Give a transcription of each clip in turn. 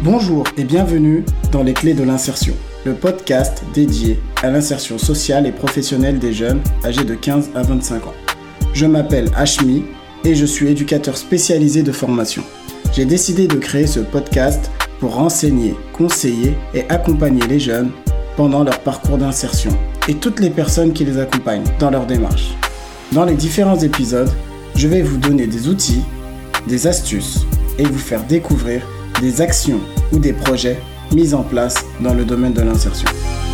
Bonjour et bienvenue dans Les Clés de l'insertion, le podcast dédié à l'insertion sociale et professionnelle des jeunes âgés de 15 à 25 ans. Je m'appelle Hashmi et je suis éducateur spécialisé de formation. J'ai décidé de créer ce podcast pour renseigner, conseiller et accompagner les jeunes pendant leur parcours d'insertion et toutes les personnes qui les accompagnent dans leur démarche. Dans les différents épisodes, je vais vous donner des outils, des astuces et vous faire découvrir des actions ou des projets mis en place dans le domaine de l'insertion.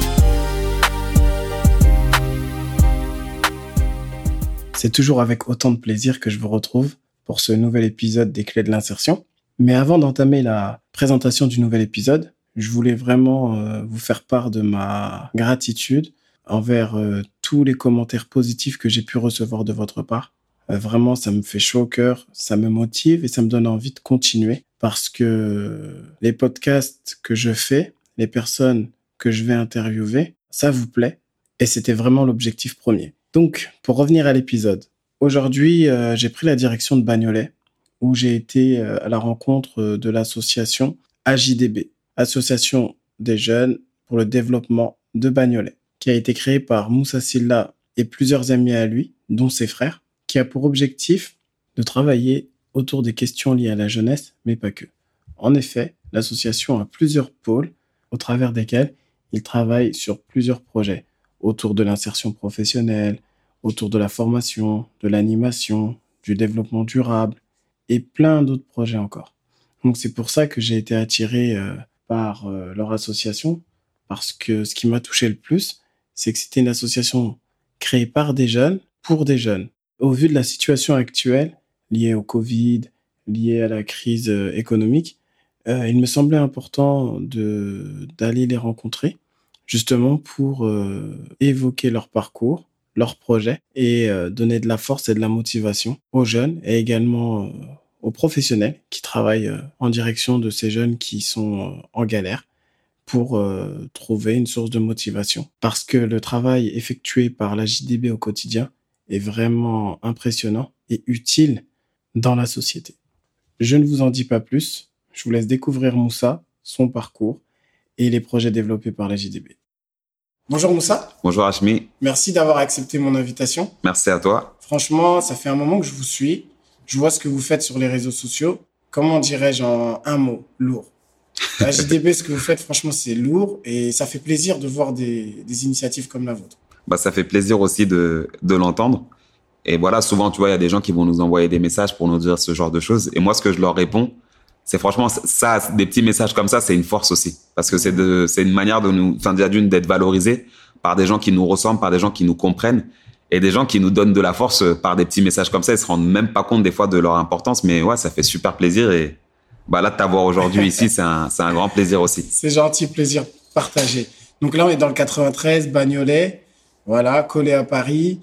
C'est toujours avec autant de plaisir que je vous retrouve pour ce nouvel épisode des Clés de l'insertion. Mais avant d'entamer la présentation du nouvel épisode, je voulais vraiment vous faire part de ma gratitude envers tous les commentaires positifs que j'ai pu recevoir de votre part. Vraiment, ça me fait chaud au cœur, ça me motive et ça me donne envie de continuer parce que les podcasts que je fais, les personnes que je vais interviewer, ça vous plaît et c'était vraiment l'objectif premier. Donc, pour revenir à l'épisode, aujourd'hui, j'ai pris la direction de Bagnolet où j'ai été à la rencontre de l'association AJDB, Association des jeunes pour le développement de Bagnolet, qui a été créée par Moussa Silla et plusieurs amis à lui, dont ses frères, qui a pour objectif de travailler autour des questions liées à la jeunesse, mais pas que. En effet, l'association a plusieurs pôles au travers desquels il travaille sur plusieurs projets autour de l'insertion professionnelle, autour de la formation, de l'animation, du développement durable et plein d'autres projets encore. Donc c'est pour ça que j'ai été attiré par leur association parce que ce qui m'a touché le plus, c'est que c'était une association créée par des jeunes pour des jeunes. Au vu de la situation actuelle, liée au Covid, liée à la crise économique, il me semblait important d'aller les rencontrer, justement pour évoquer leur parcours, leurs projets, et donner de la force et de la motivation aux jeunes, et également aux professionnels qui travaillent en direction de ces jeunes qui sont en galère, pour trouver une source de motivation. Parce que le travail effectué par la JDB au quotidien est vraiment impressionnant et utile dans la société. Je ne vous en dis pas plus, je vous laisse découvrir Moussa, son parcours et les projets développés par la JDB. Bonjour Moussa. Bonjour Hashmi. Merci d'avoir accepté mon invitation. Merci à toi. Franchement, ça fait un moment que je vous suis. Je vois ce que vous faites sur les réseaux sociaux. Comment dirais-je en un mot? Lourd. La JDB, ce que vous faites, franchement, c'est lourd et ça fait plaisir de voir des initiatives comme la vôtre. Ça fait plaisir aussi de l'entendre. Et voilà, souvent, tu vois, il y a des gens qui vont nous envoyer des messages pour nous dire ce genre de choses. Et moi, ce que je leur réponds, c'est franchement, ça, des petits messages comme ça, c'est une force aussi. Parce que c'est une manière de nous, déjà d'être valorisés par des gens qui nous ressemblent, par des gens qui nous comprennent et des gens qui nous donnent de la force par des petits messages comme ça. Ils se rendent même pas compte des fois de leur importance. Mais ouais, ça fait super plaisir et là, de t'avoir aujourd'hui ici, c'est un grand plaisir aussi. C'est gentil, plaisir partagé. Donc là, on est dans le 93, Bagnolet, voilà, collé à Paris,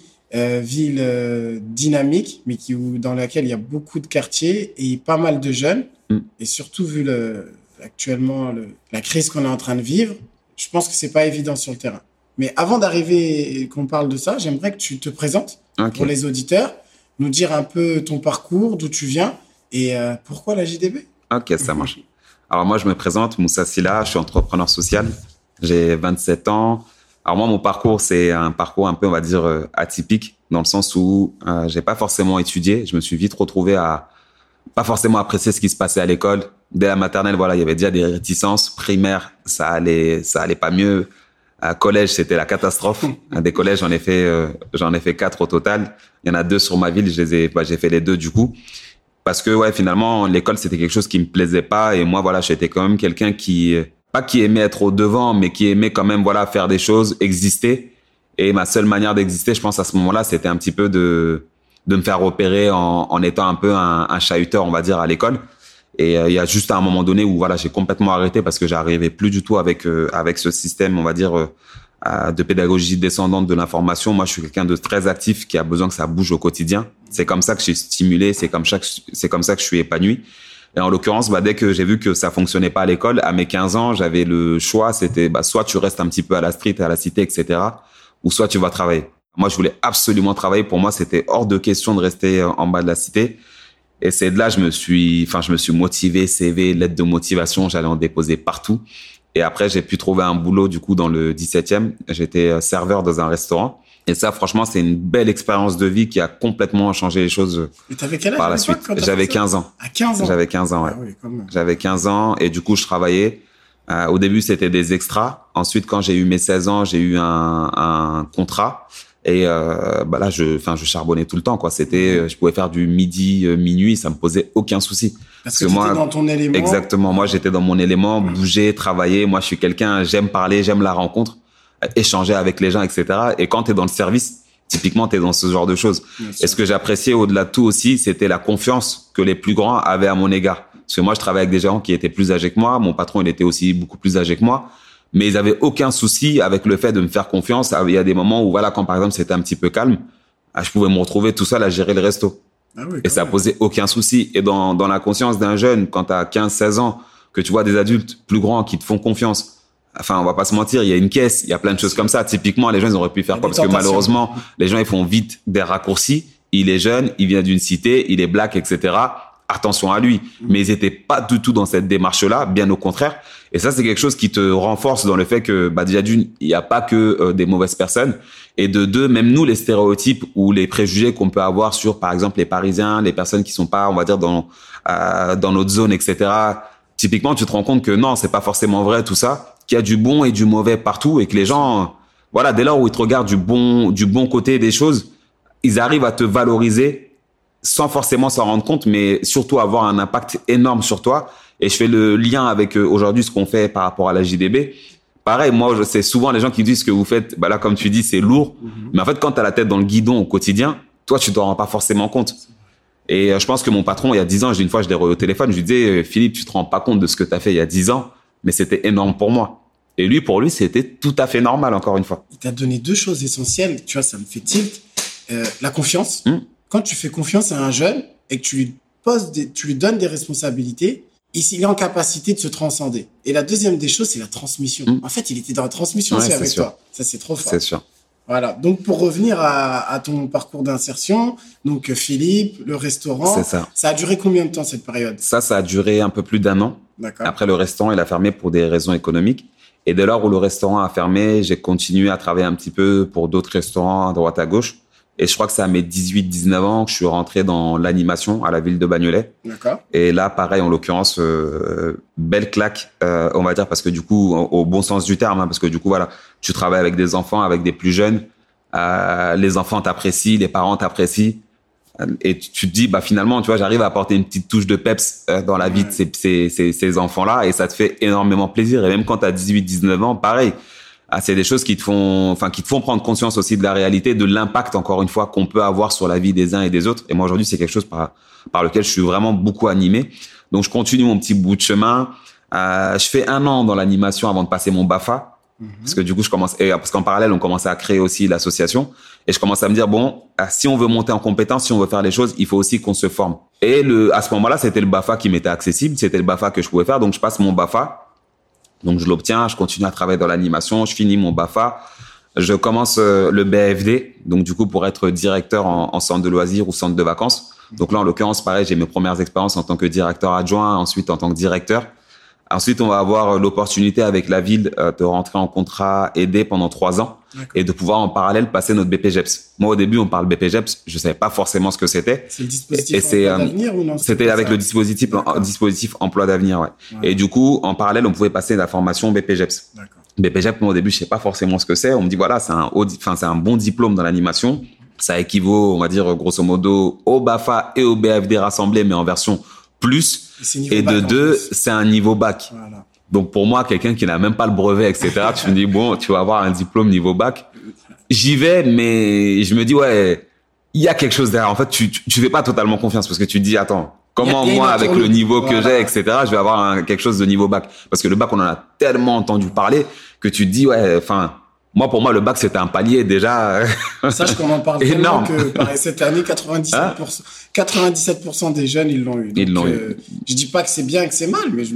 ville dynamique, mais dans laquelle il y a beaucoup de quartiers et pas mal de jeunes. Et surtout, vu actuellement la crise qu'on est en train de vivre, je pense que c'est pas évident sur le terrain. Mais avant d'arriver et qu'on parle de ça, j'aimerais que tu te présentes pour les auditeurs, nous dire un peu ton parcours, d'où tu viens et pourquoi la JDB. Ok, ça marche. Alors moi, je me présente, Moussa Silla, je suis entrepreneur social, j'ai 27 ans. Alors moi, mon parcours, c'est un parcours un peu, on va dire, atypique, dans le sens où j'ai pas forcément étudié. Je me suis vite retrouvé à pas forcément apprécier ce qui se passait à l'école. Dès la maternelle, voilà, il y avait déjà des réticences. Primaire, ça allait pas mieux. À collège, c'était la catastrophe. À des collèges, j'en ai fait 4 au total. Il y en a 2 sur ma ville, j'ai fait les 2 du coup. Parce que ouais, finalement, l'école, c'était quelque chose qui me plaisait pas. Et moi, voilà, j'étais quand même quelqu'un pas qui aimait être au devant, mais qui aimait quand même, voilà, faire des choses, exister. Et ma seule manière d'exister, je pense à ce moment-là, c'était un petit peu de me faire repérer en étant un peu un chahuteur, on va dire, à l'école. Et il y a juste un moment donné où voilà, j'ai complètement arrêté parce que j'arrivais plus du tout avec ce système, on va dire, de pédagogie descendante de l'information. Moi, je suis quelqu'un de très actif qui a besoin que ça bouge au quotidien. C'est comme ça que je suis stimulé, c'est comme ça que je suis épanoui. Et en l'occurrence, dès que j'ai vu que ça fonctionnait pas à l'école, à mes 15 ans, j'avais le choix, c'était soit tu restes un petit peu à la street, à la cité, etc., ou soit tu vas travailler. Moi, je voulais absolument travailler. Pour moi, c'était hors de question de rester en bas de la cité. Et c'est de là, je me suis motivé, CV, lettre de motivation, j'allais en déposer partout. Et après, j'ai pu trouver un boulot, du coup, dans le 17e. J'étais serveur dans un restaurant. Et ça, franchement, c'est une belle expérience de vie qui a complètement changé les choses par la suite. J'avais 15 ans. À 15 ans? J'avais 15 ans, ouais. Ah oui, quand même. J'avais 15 ans et du coup, je travaillais. Au début, c'était des extras. Ensuite, quand j'ai eu mes 16 ans, j'ai eu un contrat. Et là, je charbonnais tout le temps, quoi. Je pouvais faire du midi, minuit, ça me posait aucun souci. Parce que moi, dans ton élément. Exactement. Moi, j'étais dans mon élément, bouger, travailler. Moi, je suis quelqu'un, j'aime parler, j'aime la rencontre, échanger avec les gens, etc. Et quand t'es dans le service, typiquement, t'es dans ce genre de choses. Et ce que j'appréciais au-delà de tout aussi, c'était la confiance que les plus grands avaient à mon égard. Parce que moi, je travaillais avec des gens qui étaient plus âgés que moi. Mon patron, il était aussi beaucoup plus âgé que moi. Mais ils avaient aucun souci avec le fait de me faire confiance. Il y a des moments où, voilà, quand par exemple c'était un petit peu calme, je pouvais me retrouver tout seul à gérer le resto. Ah oui, et ça posait aucun souci. Et dans la conscience d'un jeune, quand tu as 15, 16 ans, que tu vois des adultes plus grands qui te font confiance, enfin, on va pas se mentir, il y a une caisse, il y a plein de choses comme ça. Typiquement, les gens, ils auraient pu faire quoi? Parce que malheureusement, les gens, ils font vite des raccourcis. Il est jeune, il vient d'une cité, il est black, etc. Attention à lui. Mais ils étaient pas du tout dans cette démarche-là, bien au contraire. Et ça, c'est quelque chose qui te renforce dans le fait que, déjà d'une, il n'y a pas que des mauvaises personnes. Et de deux, même nous, les stéréotypes ou les préjugés qu'on peut avoir sur, par exemple, les Parisiens, les personnes qui sont pas, on va dire, dans notre zone, etc. Typiquement, tu te rends compte que non, c'est pas forcément vrai, tout ça, qu'il y a du bon et du mauvais partout et que les gens, voilà, dès lors où ils te regardent du bon côté des choses, ils arrivent à te valoriser sans forcément s'en rendre compte, mais surtout avoir un impact énorme sur toi. Et je fais le lien avec aujourd'hui ce qu'on fait par rapport à la JDB. Pareil, moi, c'est souvent les gens qui disent ce que vous faites, là, comme tu dis, c'est lourd. Mais en fait, quand tu as la tête dans le guidon au quotidien, toi, tu t'en rends pas forcément compte. Et je pense que mon patron, il y a 10 ans, une fois, je l'ai au téléphone, je lui disais, Philippe, tu te rends pas compte de ce que tu as fait il y a 10 ans, mais c'était énorme pour moi. Et lui, pour lui, c'était tout à fait normal, encore une fois. Il t'a donné deux choses essentielles, tu vois, ça me fait tilt. La confiance. Quand tu fais confiance à un jeune et que tu lui donnes des responsabilités, il est en capacité de se transcender. Et la deuxième des choses, c'est la transmission. En fait, il était dans la transmission aussi avec toi. Ça, c'est trop fort. C'est sûr. Voilà. Donc, pour revenir à ton parcours d'insertion, donc Philippe, le restaurant. C'est ça. Ça a duré combien de temps, cette période? Ça a duré un peu plus d'un an. D'accord. Après, le restaurant, il a fermé pour des raisons économiques. Et dès lors où le restaurant a fermé, j'ai continué à travailler un petit peu pour d'autres restaurants à droite à gauche. Et je crois que c'est à mes 18-19 ans que je suis rentré dans l'animation à la ville de Bagnolet. D'accord. Et là, pareil, en l'occurrence, belle claque, on va dire, parce que du coup, au bon sens du terme, parce que du coup, voilà, tu travailles avec des enfants, avec des plus jeunes, les enfants t'apprécient, les parents t'apprécient, et tu te dis, finalement, tu vois, j'arrive à apporter une petite touche de peps dans la vie de ces enfants-là, et ça te fait énormément plaisir. Et même quand t'as 18-19 ans, pareil. C'est des choses qui te font prendre conscience aussi de la réalité, de l'impact, encore une fois, qu'on peut avoir sur la vie des uns et des autres. Et moi, aujourd'hui, c'est quelque chose par lequel je suis vraiment beaucoup animé. Donc, je continue mon petit bout de chemin. Je fais 1 an dans l'animation avant de passer mon BAFA. Parce que du coup, parce qu'en parallèle, on commençait à créer aussi l'association. Et je commence à me dire, si on veut monter en compétence, si on veut faire les choses, il faut aussi qu'on se forme. Et à ce moment-là, c'était le BAFA qui m'était accessible. C'était le BAFA que je pouvais faire. Donc, je passe mon BAFA. Donc, je l'obtiens, je continue à travailler dans l'animation, je finis mon BAFA, je commence le BAFD, donc du coup, pour être directeur en centre de loisirs ou centre de vacances. Donc là, en l'occurrence, pareil, j'ai mes premières expériences en tant que directeur adjoint, ensuite en tant que directeur. Ensuite, on va avoir l'opportunité avec la ville de rentrer en contrat aidé pendant 3 ans. D'accord. Et de pouvoir en parallèle passer notre BPGEPS. Moi, au début, on parle BPGEPS, je savais pas forcément ce que c'était. C'est le dispositif emploi d'avenir ou non? C'était avec le dispositif emploi d'avenir, ouais. Et du coup, en parallèle, on pouvait passer la formation BPGEPS. D'accord. BPGEPS, moi, au début, je sais pas forcément ce que c'est. On me dit, voilà, c'est un bon diplôme dans l'animation. Ça équivaut, on va dire, grosso modo, au BAFA et au BAFD rassemblés, mais en version plus. Et de deux, c'est un niveau bac. Voilà. Donc, pour moi, quelqu'un qui n'a même pas le brevet, etc., tu me dis, tu vas avoir un diplôme niveau bac. J'y vais, mais je me dis, ouais, il y a quelque chose derrière. En fait, tu fais pas totalement confiance parce que tu te dis, attends, comment moi, avec le niveau que j'ai, etc., je vais avoir quelque chose de niveau bac? Parce que le bac, on en a tellement entendu parler que tu te dis, ouais, pour moi, le bac, c'était un palier déjà. Sache qu'on en parle tellement que cette année, 97% des jeunes, ils l'ont eu. Donc, ils l'ont eu. Je dis pas que c'est bien, que c'est mal, mais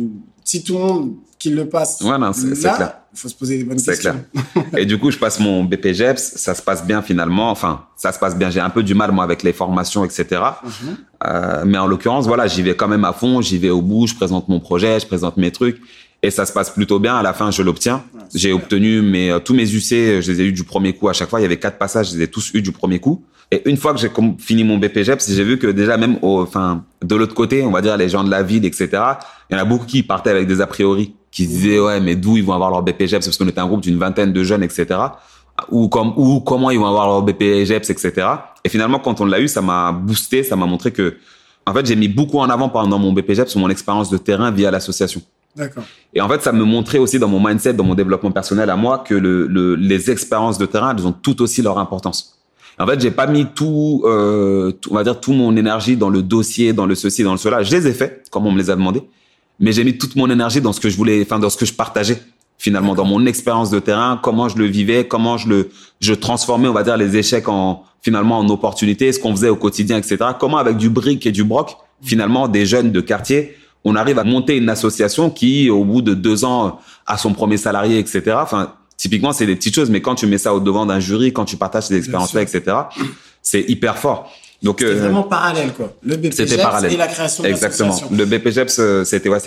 si tout le monde qui le passe, Ouais, non, c'est clair. il faut se poser des bonnes C'est questions. clair. Et du coup, je passe mon BPGEPS, ça se passe bien finalement. Enfin, ça se passe bien. J'ai un peu du mal, moi, avec les formations, etc. Mais en l'occurrence, voilà, j'y vais quand même à fond, j'y vais au bout, je présente mon projet, je présente mes trucs. Et ça se passe plutôt bien. À la fin, je l'obtiens. Ouais, J'ai obtenu tous mes UC, je les ai eus du premier coup à chaque fois. Il y avait 4 passages, je les ai tous eus du premier coup. Et une fois que j'ai fini mon BPGEPS, j'ai vu que déjà même de l'autre côté, on va dire les gens de la ville, etc. Il y en a beaucoup qui partaient avec des a priori, qui se disaient ouais, mais d'où ils vont avoir leur BPGEPS parce qu'on était un groupe d'une vingtaine de jeunes, etc. Ou comment ils vont avoir leur BPGEPS, etc. Et finalement, quand on l'a eu, ça m'a boosté, ça m'a montré que en fait, j'ai mis beaucoup en avant pendant mon BPGEPS sur mon expérience de terrain via l'association. D'accord. Et en fait, ça me montrait aussi dans mon mindset, dans mon développement personnel à moi, que les expériences de terrain, elles ont tout aussi leur importance. En fait, j'ai pas mis on va dire, tout mon énergie dans le dossier, dans le ceci, dans le cela. Je les ai faits, comme on me les a demandé. Mais j'ai mis toute mon énergie dans ce que je voulais, dans ce que je partageais, finalement, dans mon expérience de terrain, comment je le vivais, comment je transformais, on va dire, les échecs finalement, en opportunités, ce qu'on faisait au quotidien, etc. Comment, avec du brick et du broc, finalement, des jeunes de quartier, on arrive à monter une association qui, au bout de 2 ans, a son premier salarié, etc. Enfin, typiquement, c'est des petites choses, mais quand tu mets ça au devant d'un jury, quand tu partages ces expériences-là, etc., c'est hyper fort. Donc, c'était vraiment parallèle, quoi. Le BPGEPS et la création de Exactement. l'association. Le BPGEPS,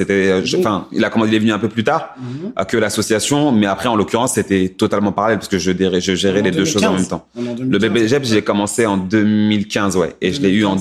il est venu un peu plus tard que l'association, mais après, en l'occurrence, c'était totalement parallèle parce que je gérais les 2 choses en même temps. Le BPGEPS, j'ai commencé en 2015, ouais, et 2015. Je l'ai eu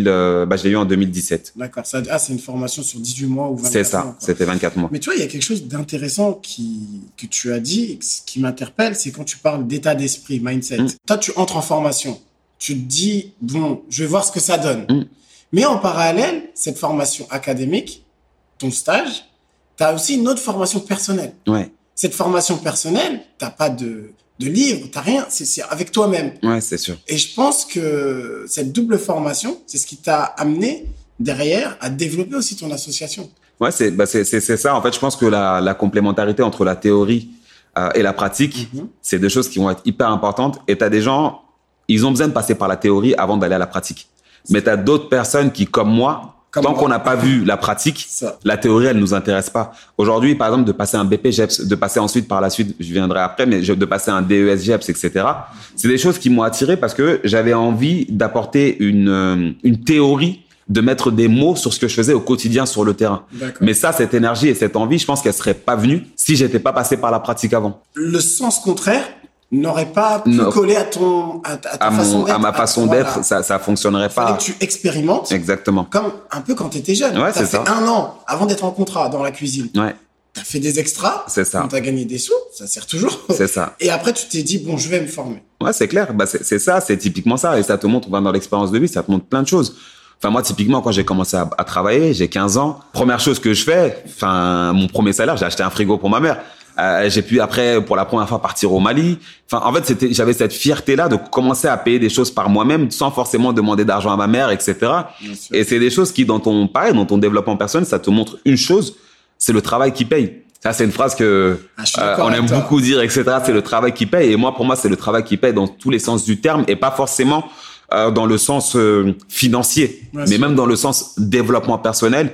en 2017. D'accord. C'est une formation sur 18 mois ou 24 mois. C'est ça. C'était 24 mois. Mais tu vois, il y a quelque chose d'intéressant que tu as dit, qui m'interpelle, c'est quand tu parles d'état d'esprit, mindset. Toi, tu entres en formation. Tu te dis, bon, je vais voir ce que ça donne. Mais en parallèle, cette formation académique, ton stage, tu as aussi une autre formation personnelle. Ouais. Cette formation personnelle, t'as pas de livre, t'as rien, c'est avec toi-même. Ouais, c'est sûr. Et je pense que cette double formation, c'est ce qui t'a amené derrière à développer aussi ton association. Ouais, c'est ça. En fait, je pense que la complémentarité entre la théorie et la pratique, c'est 2 choses qui vont être hyper importantes. Et t'as des gens, ils ont besoin de passer par la théorie avant d'aller à la pratique. Mais tu as d'autres personnes qui, comme moi, tant qu'on n'a pas vu la pratique, la théorie, elle nous intéresse pas. Aujourd'hui, par exemple, de passer un BPGEPS, de passer ensuite, par la suite, je viendrai après, mais de passer un DES-GEPS, etc. C'est des choses qui m'ont attiré parce que j'avais envie d'apporter une théorie, de mettre des mots sur ce que je faisais au quotidien sur le terrain. Mais ça, cette énergie et cette envie, je pense qu'elle serait pas venue si j'étais pas passé par la pratique avant. Le sens contraire n'aurait pas pu coller à ta façon d'être. À ma façon d'être, ça fonctionnerait pas. Il fallait que tu expérimentes. Exactement. Comme un peu quand tu étais jeune. Ouais, t'as fait 1 an avant d'être en contrat dans la cuisine. Ouais. T'as fait des extras. C'est ça. T'as gagné des sous. Ça sert toujours. C'est ça. Et après, tu t'es dit, bon, je vais me former. Ouais, c'est clair. C'est ça, c'est typiquement ça. Et ça te montre, dans l'expérience de vie, ça te montre plein de choses. Enfin, moi, typiquement, quand j'ai commencé à travailler, j'ai 15 ans. Première chose que je fais, mon premier salaire, j'ai acheté un frigo pour ma mère. J'ai pu après, pour la première fois, partir au Mali. Enfin, en fait, j'avais cette fierté-là de commencer à payer des choses par moi-même sans forcément demander d'argent à ma mère, etc. Et c'est des choses qui, dans ton développement personnel, ça te montre une chose, c'est le travail qui paye. Ça, c'est une phrase que on aime beaucoup dire, etc. C'est le travail qui paye. Et moi, pour moi, c'est le travail qui paye dans tous les sens du terme et pas forcément dans le sens financier, mais même dans le sens développement personnel.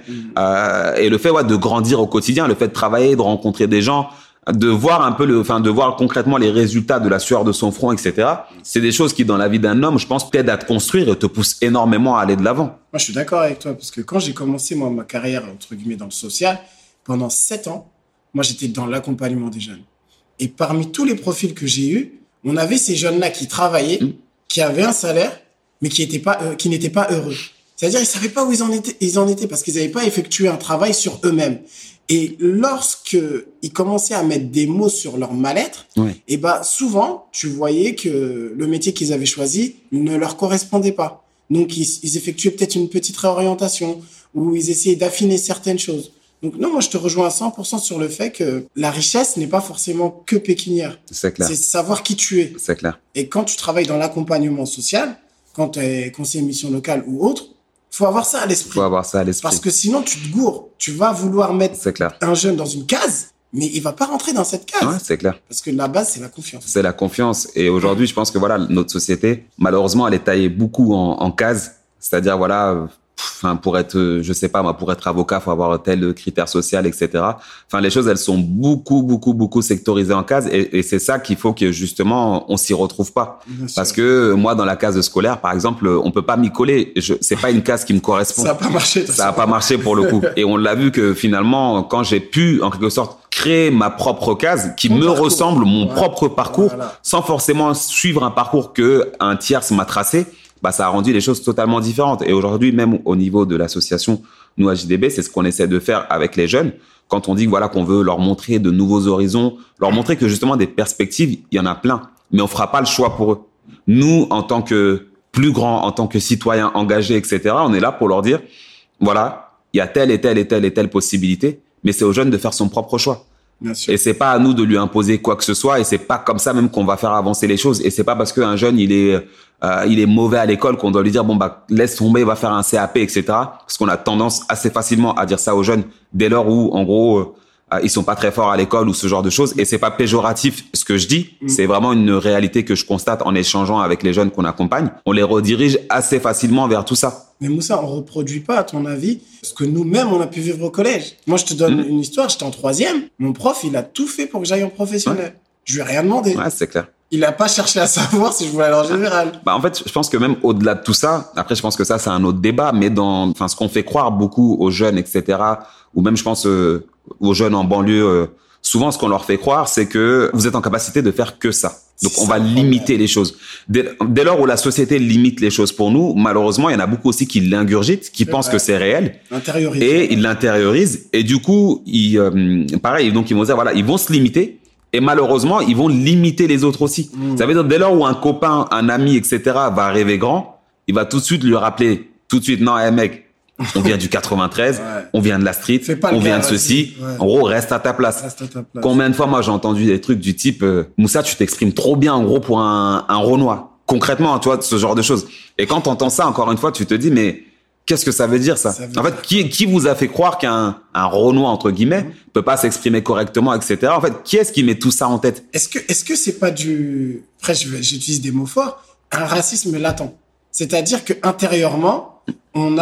Et le fait de grandir au quotidien, le fait de travailler, de rencontrer des gens, de voir un peu de voir concrètement les résultats de la sueur de son front, etc. C'est des choses qui, dans la vie d'un homme, je pense, t'aident à te construire et te poussent énormément à aller de l'avant. Moi, je suis d'accord avec toi, parce que quand j'ai commencé, moi, ma carrière, entre guillemets, dans le social, pendant 7 ans, moi, j'étais dans l'accompagnement des jeunes. Et parmi tous les profils que j'ai eus, on avait ces jeunes-là qui travaillaient, qui avaient un salaire, mais qui n'étaient pas heureux. C'est-à-dire, ils savaient pas où ils en étaient parce qu'ils n'avaient pas effectué un travail sur eux-mêmes. Et lorsque ils commençaient à mettre des mots sur leur mal-être, et souvent, tu voyais que le métier qu'ils avaient choisi ne leur correspondait pas. Donc, ils effectuaient peut-être une petite réorientation ou ils essayaient d'affiner certaines choses. Donc, non, moi, je te rejoins à 100% sur le fait que la richesse n'est pas forcément que pécuniaire. C'est clair. C'est savoir qui tu es. C'est clair. Et quand tu travailles dans l'accompagnement social, quand tu es conseiller mission locale ou autre, faut avoir ça à l'esprit. Parce que sinon, tu te gourres. Tu vas vouloir mettre un jeune dans une case, mais il va pas rentrer dans cette case. Ouais, c'est clair. Parce que la base, c'est la confiance. C'est la confiance. Et aujourd'hui, je pense que notre société, malheureusement, elle est taillée beaucoup en cases. C'est-à-dire, enfin, pour être, je sais pas, moi, pour être avocat, faut avoir tel critère social, etc. Enfin, les choses, elles sont beaucoup sectorisées en cases, et c'est ça qu'il faut que, justement, on s'y retrouve pas. Parce que, moi, dans la case scolaire, par exemple, on peut pas m'y coller. C'est pas une case qui me correspond. Ça a pas marché. Ça a pas marché pour le coup. Et on l'a vu que, finalement, quand j'ai pu, en quelque sorte, créer ma propre case qui me ressemble, mon propre parcours, sans forcément suivre un parcours que un tierce m'a tracé, bah, ça a rendu les choses totalement différentes. Et aujourd'hui, même au niveau de l'association, nous, à JDB, c'est ce qu'on essaie de faire avec les jeunes. Quand on dit, voilà, qu'on veut leur montrer de nouveaux horizons, leur montrer que justement des perspectives, il y en a plein. Mais on fera pas le choix pour eux. Nous, en tant que plus grands, en tant que citoyens engagés, etc., on est là pour leur dire, voilà, il y a telle et telle possibilité, mais c'est aux jeunes de faire son propre choix. Bien sûr. Et c'est pas à nous de lui imposer quoi que ce soit, et c'est pas comme ça même qu'on va faire avancer les choses. Et c'est pas parce qu'un jeune il est mauvais à l'école qu'on doit lui dire bon bah laisse tomber, va faire un CAP, etc. Parce qu'on a tendance assez facilement à dire ça aux jeunes dès lors où en gros ils sont pas très forts à l'école ou ce genre de choses. Et c'est pas péjoratif ce que je dis, c'est vraiment une réalité que je constate en échangeant avec les jeunes qu'on accompagne. On les redirige assez facilement vers tout ça. Mais Moussa, on reproduit pas, à ton avis, ce que nous-mêmes, on a pu vivre au collège. Moi, je te donne une histoire. J'étais en 3e. Mon prof, il a tout fait pour que j'aille en professionnel. Ouais. Je lui ai rien demandé. Ouais, c'est clair. Il n'a pas cherché à savoir si je voulais aller en général. Bah, en fait, je pense que même au-delà de tout ça, après, je pense que ça, c'est un autre débat, mais enfin, ce qu'on fait croire beaucoup aux jeunes, etc., ou même, je pense, aux jeunes en banlieue, souvent, ce qu'on leur fait croire, c'est que vous êtes en capacité de faire que ça. Donc, on va limiter les choses. Dès lors où la société limite les choses pour nous, malheureusement, il y en a beaucoup aussi qui l'ingurgitent, qui pensent que c'est réel. Et ils l'intériorisent. Et du coup, pareil, donc, ils vont dire, voilà, ils vont se limiter. Et malheureusement, ils vont limiter les autres aussi. Ça veut dire, dès lors où un copain, un ami, etc., va rêver grand, il va tout de suite lui rappeler, tout de suite, non, hey, mec, on vient du 93, on vient de la street, on vient de ceci. Ouais. En gros, reste à ta place. Combien de fois, moi, j'ai entendu des trucs du type, Moussa, tu t'exprimes trop bien, en gros, pour un Renoir. Concrètement, tu vois, ce genre de choses. Et quand t'entends ça, encore une fois, tu te dis, mais qu'est-ce que ça veut dire, ça? En fait, qui vous a fait croire qu'un Renoir, entre guillemets, peut pas s'exprimer correctement, etc. En fait, qui est-ce qui met tout ça en tête? Est-ce que c'est pas après, j'utilise des mots forts, un racisme latent? C'est-à-dire que intérieurement, on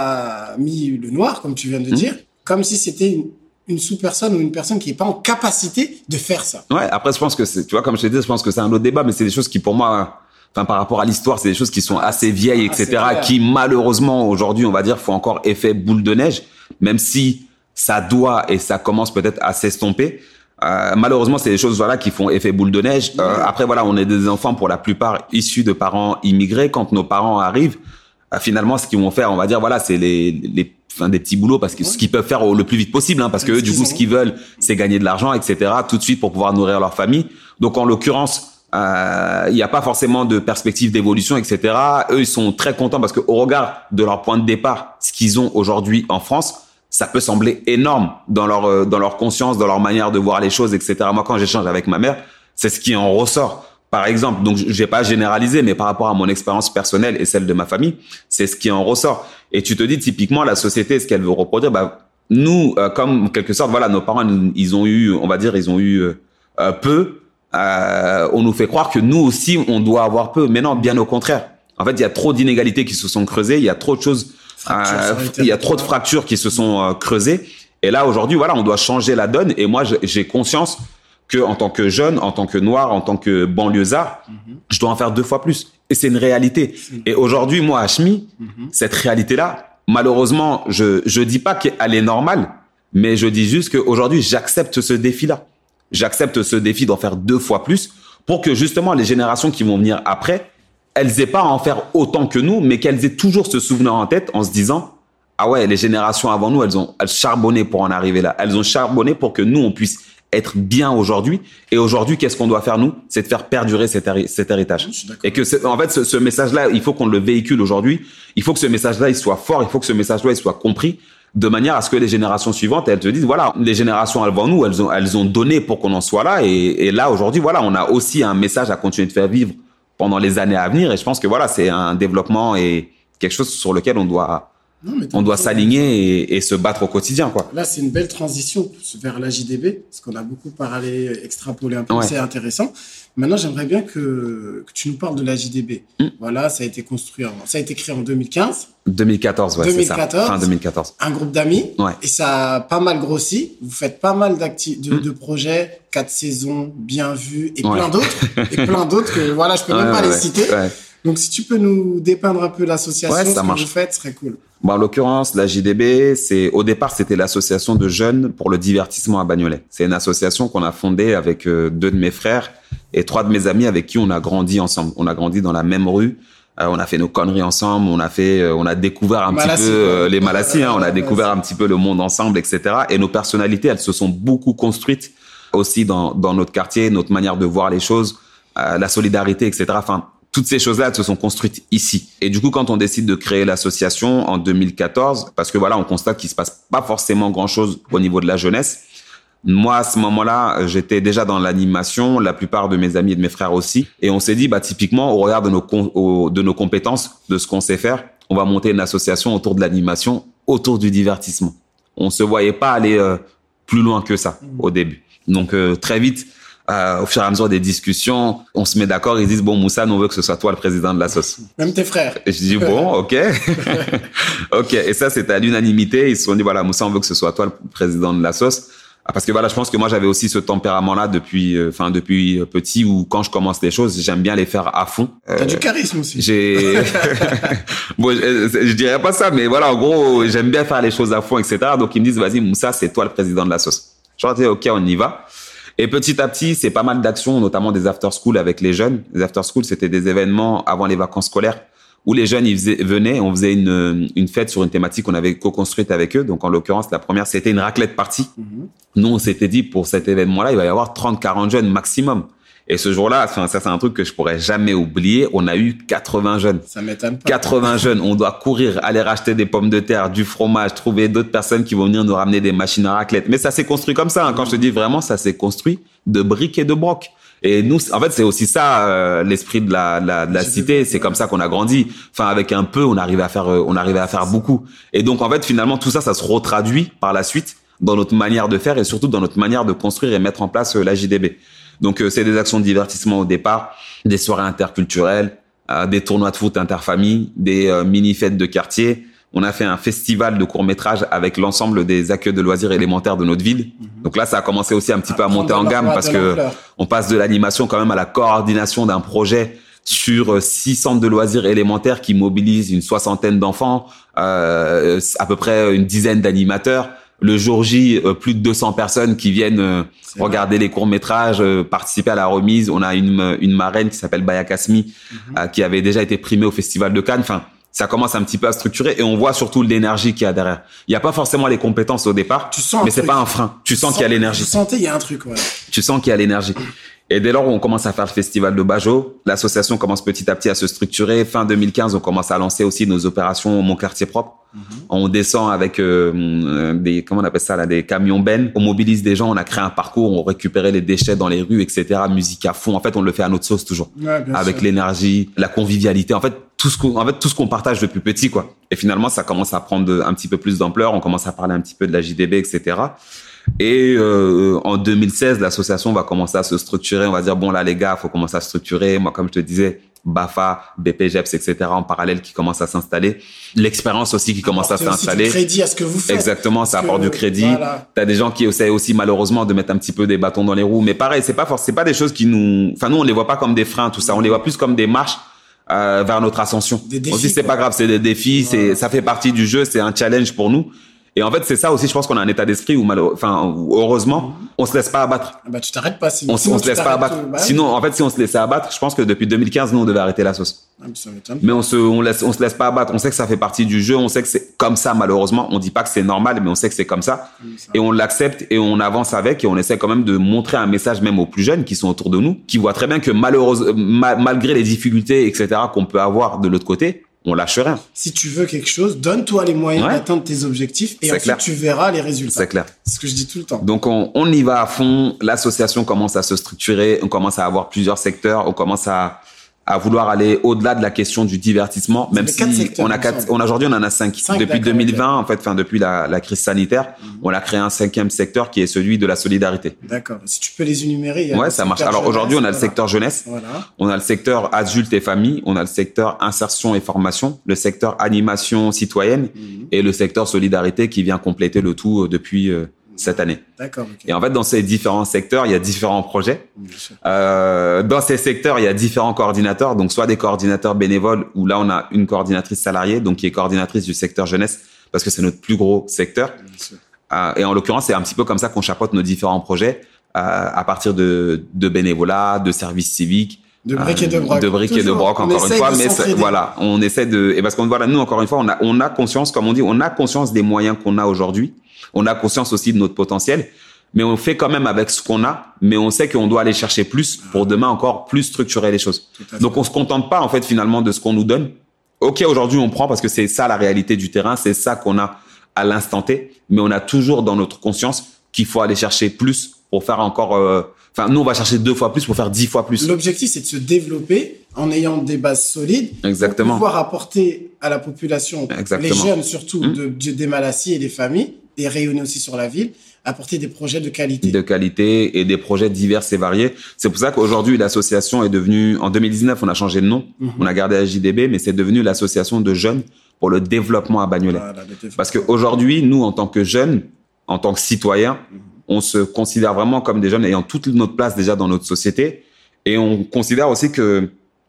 a mis le noir, comme tu viens de dire, comme si c'était une sous-personne ou une personne qui n'est pas en capacité de faire ça. Ouais, après, je pense que tu vois, comme je t'ai dit, je pense que c'est un autre débat, mais c'est des choses qui, pour moi, enfin, par rapport à l'histoire, c'est des choses qui sont assez vieilles, etc., qui, malheureusement, aujourd'hui, on va dire, font encore effet boule de neige, même si ça doit et ça commence peut-être à s'estomper. Malheureusement, c'est des choses, voilà, qui font effet boule de neige. Après, voilà, on est des enfants, pour la plupart, issus de parents immigrés. Quand nos parents arrivent, finalement, ce qu'ils vont faire, on va dire, voilà, c'est des petits boulots parce que ce qu'ils peuvent faire le plus vite possible, hein, parce que eux, du coup, ce qu'ils veulent, c'est gagner de l'argent, etc., tout de suite pour pouvoir nourrir leur famille. Donc, en l'occurrence, il n'y a pas forcément de perspective d'évolution, etc. Eux, ils sont très contents parce que au regard de leur point de départ, ce qu'ils ont aujourd'hui en France, ça peut sembler énorme dans leur conscience, dans leur manière de voir les choses, etc. Moi, quand j'échange avec ma mère, c'est ce qui en ressort. Par exemple, donc je vais pas généraliser, mais par rapport à mon expérience personnelle et celle de ma famille, c'est ce qui en ressort. Et tu te dis typiquement la société, ce qu'elle veut reproduire, bah nous, comme en quelque sorte, voilà, nos parents, ils ont eu, on va dire, ils ont eu peu. On nous fait croire que nous aussi, on doit avoir peu, mais non, bien au contraire. En fait, il y a trop d'inégalités qui se sont creusées, il y a trop de choses, il y a trop de fractures qui se sont creusées. Et là, aujourd'hui, voilà, on doit changer la donne. Et moi, j'ai conscience que en tant que jeune, en tant que noir, en tant que banlieusard, je dois en faire 2 fois plus. Et c'est une réalité. Et aujourd'hui, moi, à Chemi, cette réalité-là, malheureusement, je dis pas qu'elle est normale, mais je dis juste qu'aujourd'hui, j'accepte ce défi-là. J'accepte ce défi d'en faire 2 fois plus pour que justement les générations qui vont venir après, elles aient pas à en faire autant que nous, mais qu'elles aient toujours ce souvenir en tête en se disant, ah ouais, les générations avant nous, elles charbonné pour en arriver là. Elles ont charbonné pour que nous, on puisse être bien aujourd'hui. Et aujourd'hui, qu'est-ce qu'on doit faire, nous? C'est de faire perdurer cet héritage. Et que, en fait, ce message-là, il faut qu'on le véhicule aujourd'hui. Il faut que ce message-là, il soit fort. Il faut que ce message-là, il soit compris de manière à ce que les générations suivantes, elles te disent, voilà, les générations avant nous, elles ont donné pour qu'on en soit là. Et là, aujourd'hui, voilà, on a aussi un message à continuer de faire vivre pendant les années à venir. Et je pense que voilà, c'est un développement et quelque chose sur lequel on doit On doit s'aligner et se battre au quotidien, quoi. Là, c'est une belle transition vers la JDB, parce qu'on a beaucoup parlé, extrapolé un peu, c'est intéressant. Maintenant, j'aimerais bien que tu nous parles de la JDB. Voilà, ça a été créé en 2015. 2014, ouais, 2014, c'est ça. Fin 2014. Un groupe d'amis. Ouais. Et ça a pas mal grossi. Vous faites pas mal de projets, 4 saisons, bien vues, et plein d'autres. Et plein d'autres que, voilà, je peux même pas les citer. Ouais. Donc, si tu peux nous dépeindre un peu l'association, ce que vous faites, ce serait cool. Bon, en l'occurrence, la JDB, au départ, c'était l'association de jeunes pour le divertissement à Bagnolet. C'est une association qu'on a fondée avec 2 de mes frères et 3 de mes amis avec qui on a grandi ensemble. On a grandi dans la même rue. On a fait nos conneries ensemble. On a découvert un petit peu les Malassis. On a découvert un petit peu le monde ensemble, etc. Et nos personnalités, elles se sont beaucoup construites aussi dans notre quartier, notre manière de voir les choses, la solidarité, etc. Enfin, toutes ces choses-là, elles se sont construites ici. Et du coup, quand on décide de créer l'association en 2014, parce que voilà, on constate qu'il se passe pas forcément grand-chose au niveau de la jeunesse. Moi, à ce moment-là, j'étais déjà dans l'animation, la plupart de mes amis et de mes frères aussi. Et on s'est dit, typiquement, au regard de nos compétences, de ce qu'on sait faire, on va monter une association autour de l'animation, autour du divertissement. On se voyait pas aller plus loin que ça au début. Donc, très vite, au fur et à mesure des discussions, on se met d'accord. Ils disent, bon, Moussa, nous on veut que ce soit toi le président de l'association. Même tes frères. Et je dis, bon, ok. Ok. Et ça, c'était à l'unanimité. Ils se sont dit, voilà, Moussa, on veut que ce soit toi le président de l'association. Parce que voilà, je pense que moi, j'avais aussi ce tempérament-là depuis petit, où quand je commence les choses, j'aime bien les faire à fond. T'as du charisme aussi. Bon, je dirais pas ça, mais voilà, en gros, j'aime bien faire les choses à fond, etc. Donc, ils me disent, vas-y, Moussa, c'est toi le président de l'association. Je leur dis, ok, on y va. Et petit à petit, c'est pas mal d'actions, notamment des after-school avec les jeunes. Les after-school, c'était des événements avant les vacances scolaires où les jeunes venaient, on faisait une fête sur une thématique qu'on avait co-construite avec eux. Donc, en l'occurrence, la première, c'était une raclette party. Nous, on s'était dit, pour cet événement-là, il va y avoir 30-40 jeunes maximum. Et ce jour-là, ça, c'est un truc que je pourrais jamais oublier. On a eu 80 jeunes. Ça m'étonne pas. 80 jeunes. On doit courir, aller racheter des pommes de terre, du fromage, trouver d'autres personnes qui vont venir nous ramener des machines à raclette. Mais ça s'est construit comme ça. Quand je te dis vraiment, ça s'est construit de briques et de brocs. Et nous, en fait, c'est aussi ça, l'esprit de la cité. C'est comme ça qu'on a grandi. Enfin, avec un peu, on arrivait à faire beaucoup. Et donc, en fait, finalement, tout ça, ça se retraduit par la suite dans notre manière de faire et surtout dans notre manière de construire et mettre en place la JDB. Donc, c'est des actions de divertissement au départ, des soirées interculturelles, des tournois de foot interfamilles, des mini-fêtes de quartier. On a fait un festival de courts-métrages avec l'ensemble des accueils de loisirs élémentaires de notre ville. Donc là, ça a commencé aussi un petit peu à monter en gamme parce que on passe de l'animation quand même à la coordination d'un projet sur 6 centres de loisirs élémentaires qui mobilisent une 60aine d'enfants, à peu près une dizaine d'animateurs. Le jour J, plus de 200 personnes qui viennent regarder les courts-métrages, participer à la remise. On a une marraine qui s'appelle Baya Kasmi, qui avait déjà été primée au Festival de Cannes. Enfin, ça commence un petit peu à structurer et on voit surtout l'énergie qu'il y a derrière. Il n'y a pas forcément les compétences au départ, mais c'est pas un frein. Tu sens qu'il y a l'énergie. Tu sentais, il y a un truc, ouais. Tu sens qu'il y a l'énergie. Et dès lors où on commence à faire le festival de Bajo, l'association commence petit à petit à se structurer. Fin 2015, on commence à lancer aussi nos opérations Mon Quartier Propre. On descend avec comment on appelle ça là, des camions bennes. On mobilise des gens, on a créé un parcours, on récupérait les déchets dans les rues, etc. Musique à fond. En fait, on le fait à notre sauce toujours, avec l'énergie, la convivialité. En fait, tout ce qu'on partage depuis petit, quoi. Et finalement, ça commence à prendre un petit peu plus d'ampleur. On commence à parler un petit peu de la JDB, etc. Et en 2016, l'association va commencer à se structurer. On va dire, bon là les gars, faut commencer à structurer. Moi, comme je te disais, BAFA, BPGEPS, etc. en parallèle qui commence à s'installer. L'expérience aussi qui commence à s'installer. Du crédit à ce que vous faites. Exactement, ça apporte du crédit. Voilà. T'as des gens qui essaient aussi malheureusement de mettre un petit peu des bâtons dans les roues. Mais pareil, c'est pas des choses qui nous... Enfin, nous, on les voit pas comme des freins, tout ça. On les voit plus comme des marches vers notre ascension. Des défis, on se dit, c'est pas grave, c'est des défis, ça fait partie du jeu, c'est un challenge pour nous. Et en fait, c'est ça aussi, je pense qu'on a un état d'esprit où heureusement, on se laisse pas abattre. Bah, tu t'arrêtes pas, sinon. On se laisse pas abattre. Sinon, en fait, si on se laissait abattre, je pense que depuis 2015, nous, on devait arrêter la sauce. Mais on se laisse pas abattre. On sait que ça fait partie du jeu. On sait que c'est comme ça, malheureusement. On dit pas que c'est normal, mais on sait que c'est comme ça. Et on l'accepte et on avance avec et on essaie quand même de montrer un message même aux plus jeunes qui sont autour de nous, qui voient très bien que malgré les difficultés, etc., qu'on peut avoir de l'autre côté, on lâche rien. Si tu veux quelque chose, donne-toi les moyens d'atteindre tes objectifs et ensuite tu verras les résultats. C'est clair. C'est ce que je dis tout le temps. Donc on y va à fond. L'association commence à se structurer. On commence à avoir plusieurs secteurs. On commence à à vouloir aller au-delà de la question du divertissement, même si aujourd'hui on en a 5. Depuis 2020, en fait, depuis la crise sanitaire, on a créé un 5e secteur qui est celui de la solidarité. D'accord. Si tu peux les énumérer. Ouais, ça marche. Alors aujourd'hui, on a le secteur jeunesse, on a le secteur adultes et famille, on a le secteur insertion et formation, le secteur animation citoyenne et le secteur solidarité qui vient compléter le tout depuis cette année. D'accord. Okay. Et en fait, dans ces différents secteurs, il y a différents projets. Dans ces secteurs, il y a différents coordinateurs. Donc, soit des coordinateurs bénévoles, où là, on a une coordinatrice salariée, donc qui est coordinatrice du secteur jeunesse, parce que c'est notre plus gros secteur. Et en l'occurrence, c'est un petit peu comme ça qu'on chapeaute nos différents projets à partir de bénévolat, de services civiques. De briques et de broc. De briques et de broc, encore une fois. Mais voilà, on essaie et parce qu'on voilà, nous, encore une fois, on a conscience, comme on dit, on a conscience des moyens qu'on a aujourd'hui. On a conscience aussi de notre potentiel, mais on fait quand même avec ce qu'on a, mais on sait qu'on doit aller chercher plus pour demain encore plus structurer les choses. Donc, on se contente pas, en fait, finalement, de ce qu'on nous donne. OK, aujourd'hui, on prend parce que c'est ça la réalité du terrain, c'est ça qu'on a à l'instant T, mais on a toujours dans notre conscience qu'il faut aller chercher plus pour faire encore, nous, on va chercher 2 fois plus pour faire 10 fois plus. L'objectif, c'est de se développer en ayant des bases solides. Exactement. Pour pouvoir apporter à la population, les jeunes surtout, des Malassis et des familles, et rayonner aussi sur la ville, apporter des projets de qualité. De qualité et des projets divers et variés. C'est pour ça qu'aujourd'hui, l'association est devenue, en 2019, on a changé de nom. On a gardé la JDB, mais c'est devenu l'association de jeunes pour le développement à Bagnolet. Parce qu'aujourd'hui, nous, en tant que jeunes, en tant que citoyens, on se considère vraiment comme des jeunes ayant toute notre place déjà dans notre société. Et on considère aussi que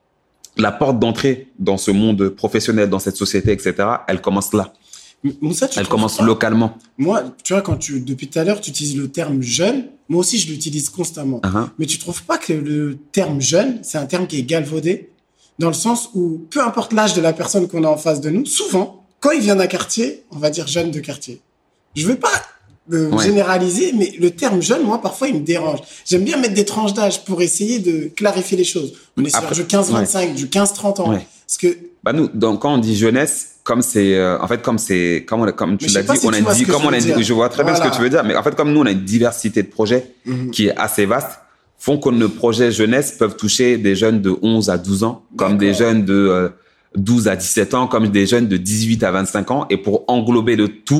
la porte d'entrée dans ce monde professionnel, dans cette société, etc., elle commence là. Moussa, elle commence localement. Moi, tu vois, depuis tout à l'heure, tu utilises le terme jeune. Moi aussi, je l'utilise constamment. Mais tu trouves pas que le terme jeune, c'est un terme qui est galvaudé? Dans le sens où, peu importe l'âge de la personne qu'on a en face de nous, souvent, quand il vient d'un quartier, on va dire jeune de quartier. Je veux pas généraliser, mais le terme jeune, moi, parfois, il me dérange. J'aime bien mettre des tranches d'âge pour essayer de clarifier les choses. On est sur du 15-25, du 15-30 ans. Parce que nous, donc, quand on dit jeunesse, comme c'est, comme tu l'as dit, je vois très bien ce que tu veux dire, mais en fait, comme nous, on a une diversité de projets qui est assez vaste, font que nos projets jeunesse peuvent toucher des jeunes de 11 à 12 ans, comme des jeunes de 12 à 17 ans, comme des jeunes de 18 à 25 ans, et pour englober le tout,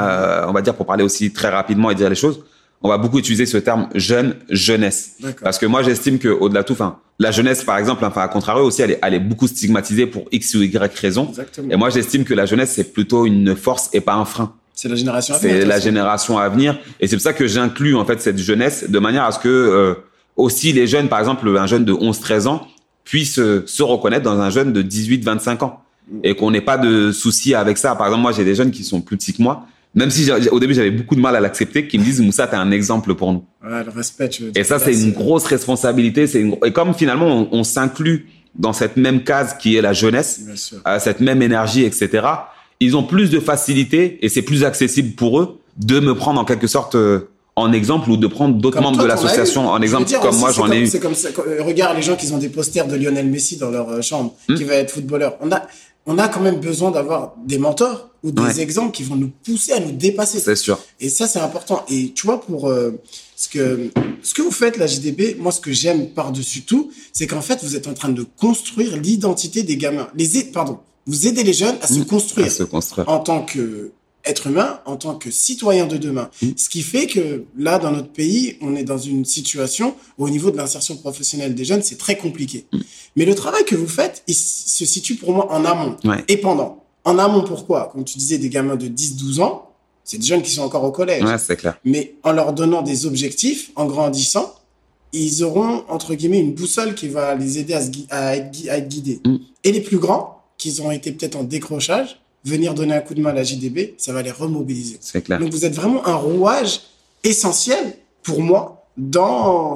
on va dire, pour parler aussi très rapidement et dire les choses, on va beaucoup utiliser ce terme jeunesse. Parce que moi, j'estime que au-delà de tout, la jeunesse, par exemple, à contrario aussi, elle est beaucoup stigmatisée pour X ou Y raison. Exactement. Et moi, j'estime que la jeunesse, c'est plutôt une force et pas un frein. C'est la génération à venir. C'est la génération à venir. Et c'est pour ça que j'inclus, en fait, cette jeunesse de manière à ce que, aussi les jeunes, par exemple, un jeune de 11-13 ans puisse se reconnaître dans un jeune de 18-25 ans. Et qu'on n'ait pas de soucis avec ça. Par exemple, moi, j'ai des jeunes qui sont plus petits que moi. Même si au début j'avais beaucoup de mal à l'accepter, qui me disent Moussa, t'es un exemple pour nous. Ouais, le respect. Et ça, c'est une grosse responsabilité. Et comme finalement on s'inclut dans cette même case qui est la jeunesse, cette même énergie, etc. Ils ont plus de facilité et c'est plus accessible pour eux de me prendre en quelque sorte en exemple ou de prendre d'autres membres de l'association en exemple comme moi j'en ai eu. C'est comme ça. Regarde les gens qui ont des posters de Lionel Messi dans leur chambre, qui va être footballeur. On a quand même besoin d'avoir des mentors ou des exemples qui vont nous pousser à nous dépasser. C'est sûr. Et ça, c'est important. Et tu vois, pour ce que vous faites, la JDB, moi, ce que j'aime par-dessus tout, c'est qu'en fait, vous êtes en train de construire l'identité des gamins. Vous aidez les jeunes à se construire. En tant que être humain, en tant que citoyen de demain. Ce qui fait que là, dans notre pays, on est dans une situation où au niveau de l'insertion professionnelle des jeunes, c'est très compliqué. Mais le travail que vous faites, il se situe pour moi en amont et pendant. En amont, pourquoi? Comme tu disais, des gamins de 10-12 ans, c'est des jeunes qui sont encore au collège. Ouais, c'est clair. Mais en leur donnant des objectifs, en grandissant, ils auront, entre guillemets, une boussole qui va les aider à être guidés. Et les plus grands, qui ont été peut-être en décrochage, venir donner un coup de main à la JDB, ça va les remobiliser. C'est clair. Donc, vous êtes vraiment un rouage essentiel pour moi dans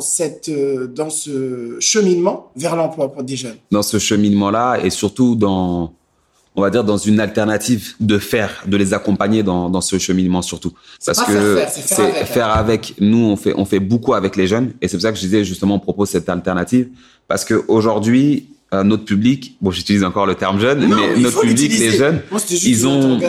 ce cheminement vers l'emploi pour des jeunes. Dans ce cheminement-là et surtout on va dire dans une alternative de les accompagner dans ce cheminement surtout. Parce que c'est faire avec. Nous, on fait beaucoup avec les jeunes et c'est pour ça que je disais justement on propose cette alternative parce que aujourd'hui notre public, bon j'utilise encore le terme jeune, mais notre public, les jeunes, moi, ils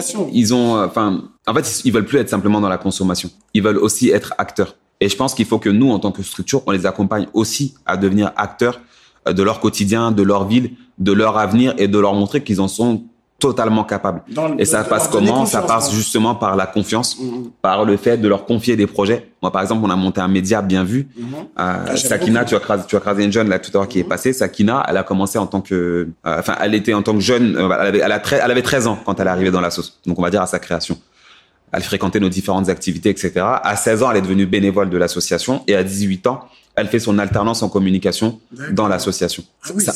veulent plus être simplement dans la consommation. Ils veulent aussi être acteurs. Et je pense qu'il faut que nous, en tant que structure, on les accompagne aussi à devenir acteurs de leur quotidien, de leur ville, de leur avenir et de leur montrer qu'ils en sont totalement capables. Et ça passe comment? Ça passe justement par la confiance, par le fait de leur confier des projets. Moi, par exemple, on a monté un média bien vu. Sakina, tu as crasé une jeune là tout à l'heure qui est passée. Sakina, elle a commencé en tant que, elle était en tant que jeune. Elle avait 13 ans quand elle est arrivée dans la sauce. Donc, on va dire à sa création. Elle fréquentait nos différentes activités, etc. À 16 ans, elle est devenue bénévole de l'association et à 18 ans, elle fait son alternance en communication dans l'association. Ah oui,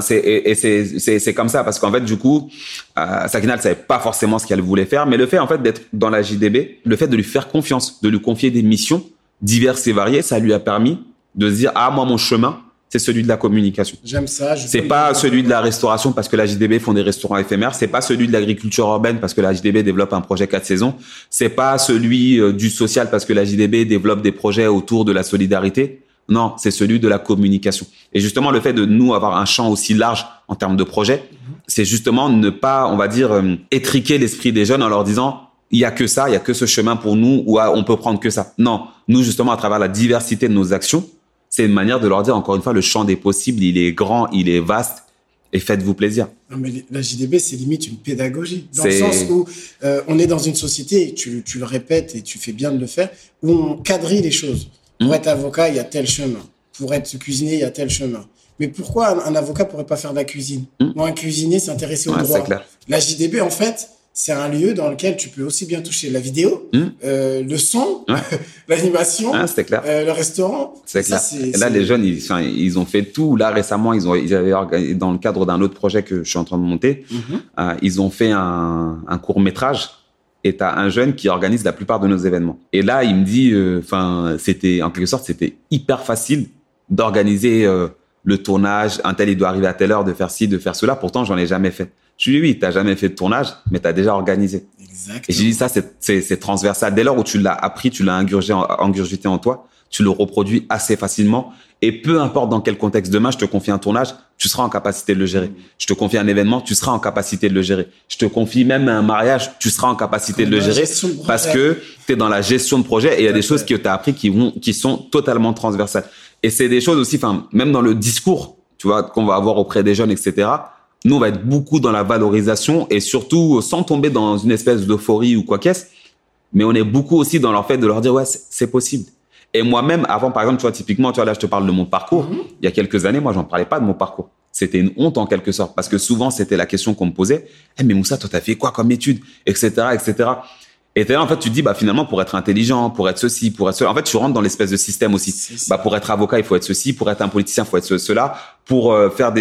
c'est comme ça parce qu'en fait, du coup, Sakina, elle savait pas forcément ce qu'elle voulait faire, mais le fait, en fait, d'être dans la JDB, le fait de lui faire confiance, de lui confier des missions diverses et variées, ça lui a permis de se dire, moi, mon chemin, c'est celui de la communication. J'aime ça. C'est pas celui de la restauration parce que la JDB font des restaurants éphémères. C'est pas celui de l'agriculture urbaine parce que la JDB développe un projet 4 saisons. C'est pas celui du social parce que la JDB développe des projets autour de la solidarité. Non, c'est celui de la communication. Et justement, le fait de nous avoir un champ aussi large en termes de projets, c'est justement ne pas, on va dire, étriquer l'esprit des jeunes en leur disant il y a que ça, il y a que ce chemin pour nous ou on peut prendre que ça. Non, nous justement à travers la diversité de nos actions, c'est une manière de leur dire, encore une fois, le champ des possibles, il est grand, il est vaste, et faites-vous plaisir. Non, mais la JDB, c'est limite une pédagogie, dans le sens où on est dans une société, tu le répètes et tu fais bien de le faire, où on quadrille les choses. Pour être avocat, il y a tel chemin. Pour être cuisinier, il y a tel chemin. Mais pourquoi un avocat pourrait pas faire de la cuisine? Ou un cuisinier s'intéresser au droit? C'est clair. La JDB, en fait, c'est un lieu dans lequel tu peux aussi bien toucher la vidéo, le son, l'animation, le restaurant. C'est clair. Et là, les jeunes, ils ont fait tout. Là, récemment, ils avaient organisé, dans le cadre d'un autre projet que je suis en train de monter, ils ont fait un court-métrage. Et t'as un jeune qui organise la plupart de nos événements. Et là, il me dit, c'était, en quelque sorte, c'était hyper facile d'organiser le tournage. Un tel, il doit arriver à telle heure, de faire ci, de faire cela. Pourtant, j'en ai jamais fait. Je lui dis, oui, t'as jamais fait de tournage, mais t'as déjà organisé. Exactement. Et j'ai dit, ça, c'est transversal. Dès lors où tu l'as appris, tu l'as ingurgité en toi, tu le reproduis assez facilement. Et peu importe dans quel contexte, demain, je te confie un tournage, tu seras en capacité de le gérer. Je te confie un événement, tu seras en capacité de le gérer. Je te confie même un mariage, tu seras en capacité de le gérer parce que tu es dans la gestion de projet et il y a des choses que tu as appris qui sont totalement transversales. Et c'est des choses aussi, même dans le discours, tu vois, qu'on va avoir auprès des jeunes, etc. Nous, on va être beaucoup dans la valorisation et surtout sans tomber dans une espèce d'euphorie ou quoi qu'est-ce, mais on est beaucoup aussi dans leur fait de leur dire, ouais, c'est possible. Et moi-même, avant, par exemple, tu vois, typiquement, tu vois, là, je te parle de mon parcours. Il y a quelques années, moi, j'en parlais pas de mon parcours. C'était une honte, en quelque sorte, parce que souvent, c'était la question qu'on me posait. Mais Moussa, toi, t'as fait quoi comme études? Etc., etc. Et là, en fait, tu te dis, finalement, pour être intelligent, pour être ceci, pour être cela. En fait, tu rentres dans l'espèce de système aussi. Pour être avocat, il faut être ceci. Pour être un politicien, il faut être cela. Pour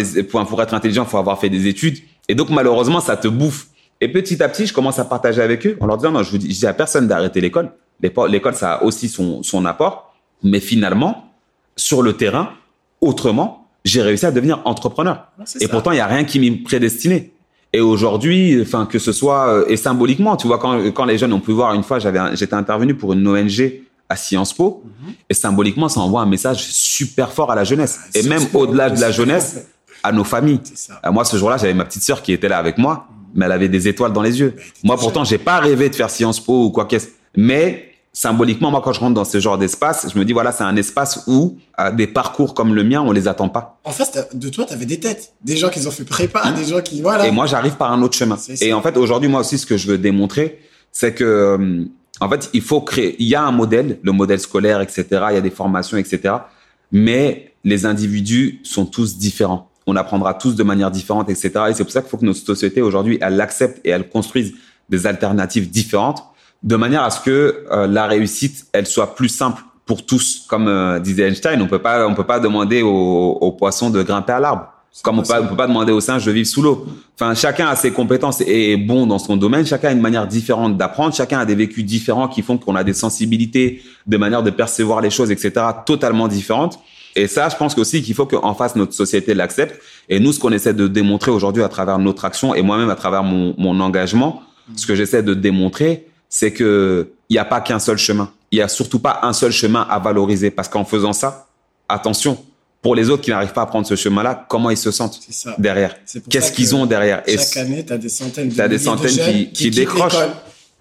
être intelligent, il faut avoir fait des études. Et donc, malheureusement, ça te bouffe. Et petit à petit, je commence à partager avec eux en leur disant, non, je dis à personne d'arrêter l'école. L'école, ça a aussi son apport. Mais finalement, sur le terrain, autrement, j'ai réussi à devenir entrepreneur. Et pourtant, il n'y a rien qui m'y prédestinait. Et aujourd'hui, que ce soit, et symboliquement, tu vois, quand les jeunes ont pu voir, une fois, j'étais intervenu pour une ONG à Sciences Po, et symboliquement, ça envoie un message super fort à la jeunesse. Et même au-delà de la jeunesse, à nos familles. Moi, ce jour-là, j'avais ma petite sœur qui était là avec moi, mais elle avait des étoiles dans les yeux. Moi, pourtant, j'ai pas rêvé de faire Sciences Po ou quoi qu'est-ce. Mais symboliquement, moi, quand je rentre dans ce genre d'espace, je me dis, voilà, c'est un espace où des parcours comme le mien, on les attend pas. En face de toi, tu avais des têtes. Des gens qui ont fait prépa, des gens qui, voilà. Et moi, j'arrive par un autre chemin. Et en fait, aujourd'hui, moi aussi, ce que je veux démontrer, c'est que, en fait, il faut créer, il y a un modèle, le modèle scolaire, etc. Il y a des formations, etc. Mais les individus sont tous différents. On apprendra tous de manière différente, etc. Et c'est pour ça qu'il faut que notre société, aujourd'hui, elle l'accepte et elle construise des alternatives différentes, de manière à ce que la réussite, elle soit plus simple pour tous. Comme disait Einstein, on peut pas demander aux poissons de grimper à l'arbre. Comme on peut pas demander aux singes de vivre sous l'eau. Chacun a ses compétences et est bon dans son domaine. Chacun a une manière différente d'apprendre. Chacun a des vécus différents qui font qu'on a des sensibilités, des manières de percevoir les choses, etc., totalement différentes. Et ça, je pense aussi qu'il faut qu'en face, notre société l'accepte. Et nous, ce qu'on essaie de démontrer aujourd'hui à travers notre action et moi-même à travers mon engagement, ce que j'essaie de démontrer, c'est que il n'y a pas qu'un seul chemin. Il n'y a surtout pas un seul chemin à valoriser. Parce qu'en faisant ça, attention, pour les autres qui n'arrivent pas à prendre ce chemin-là, comment ils se sentent derrière? Qu'est-ce qu'ils ont derrière? Chaque année, tu as des centaines de jeunes qui décrochent.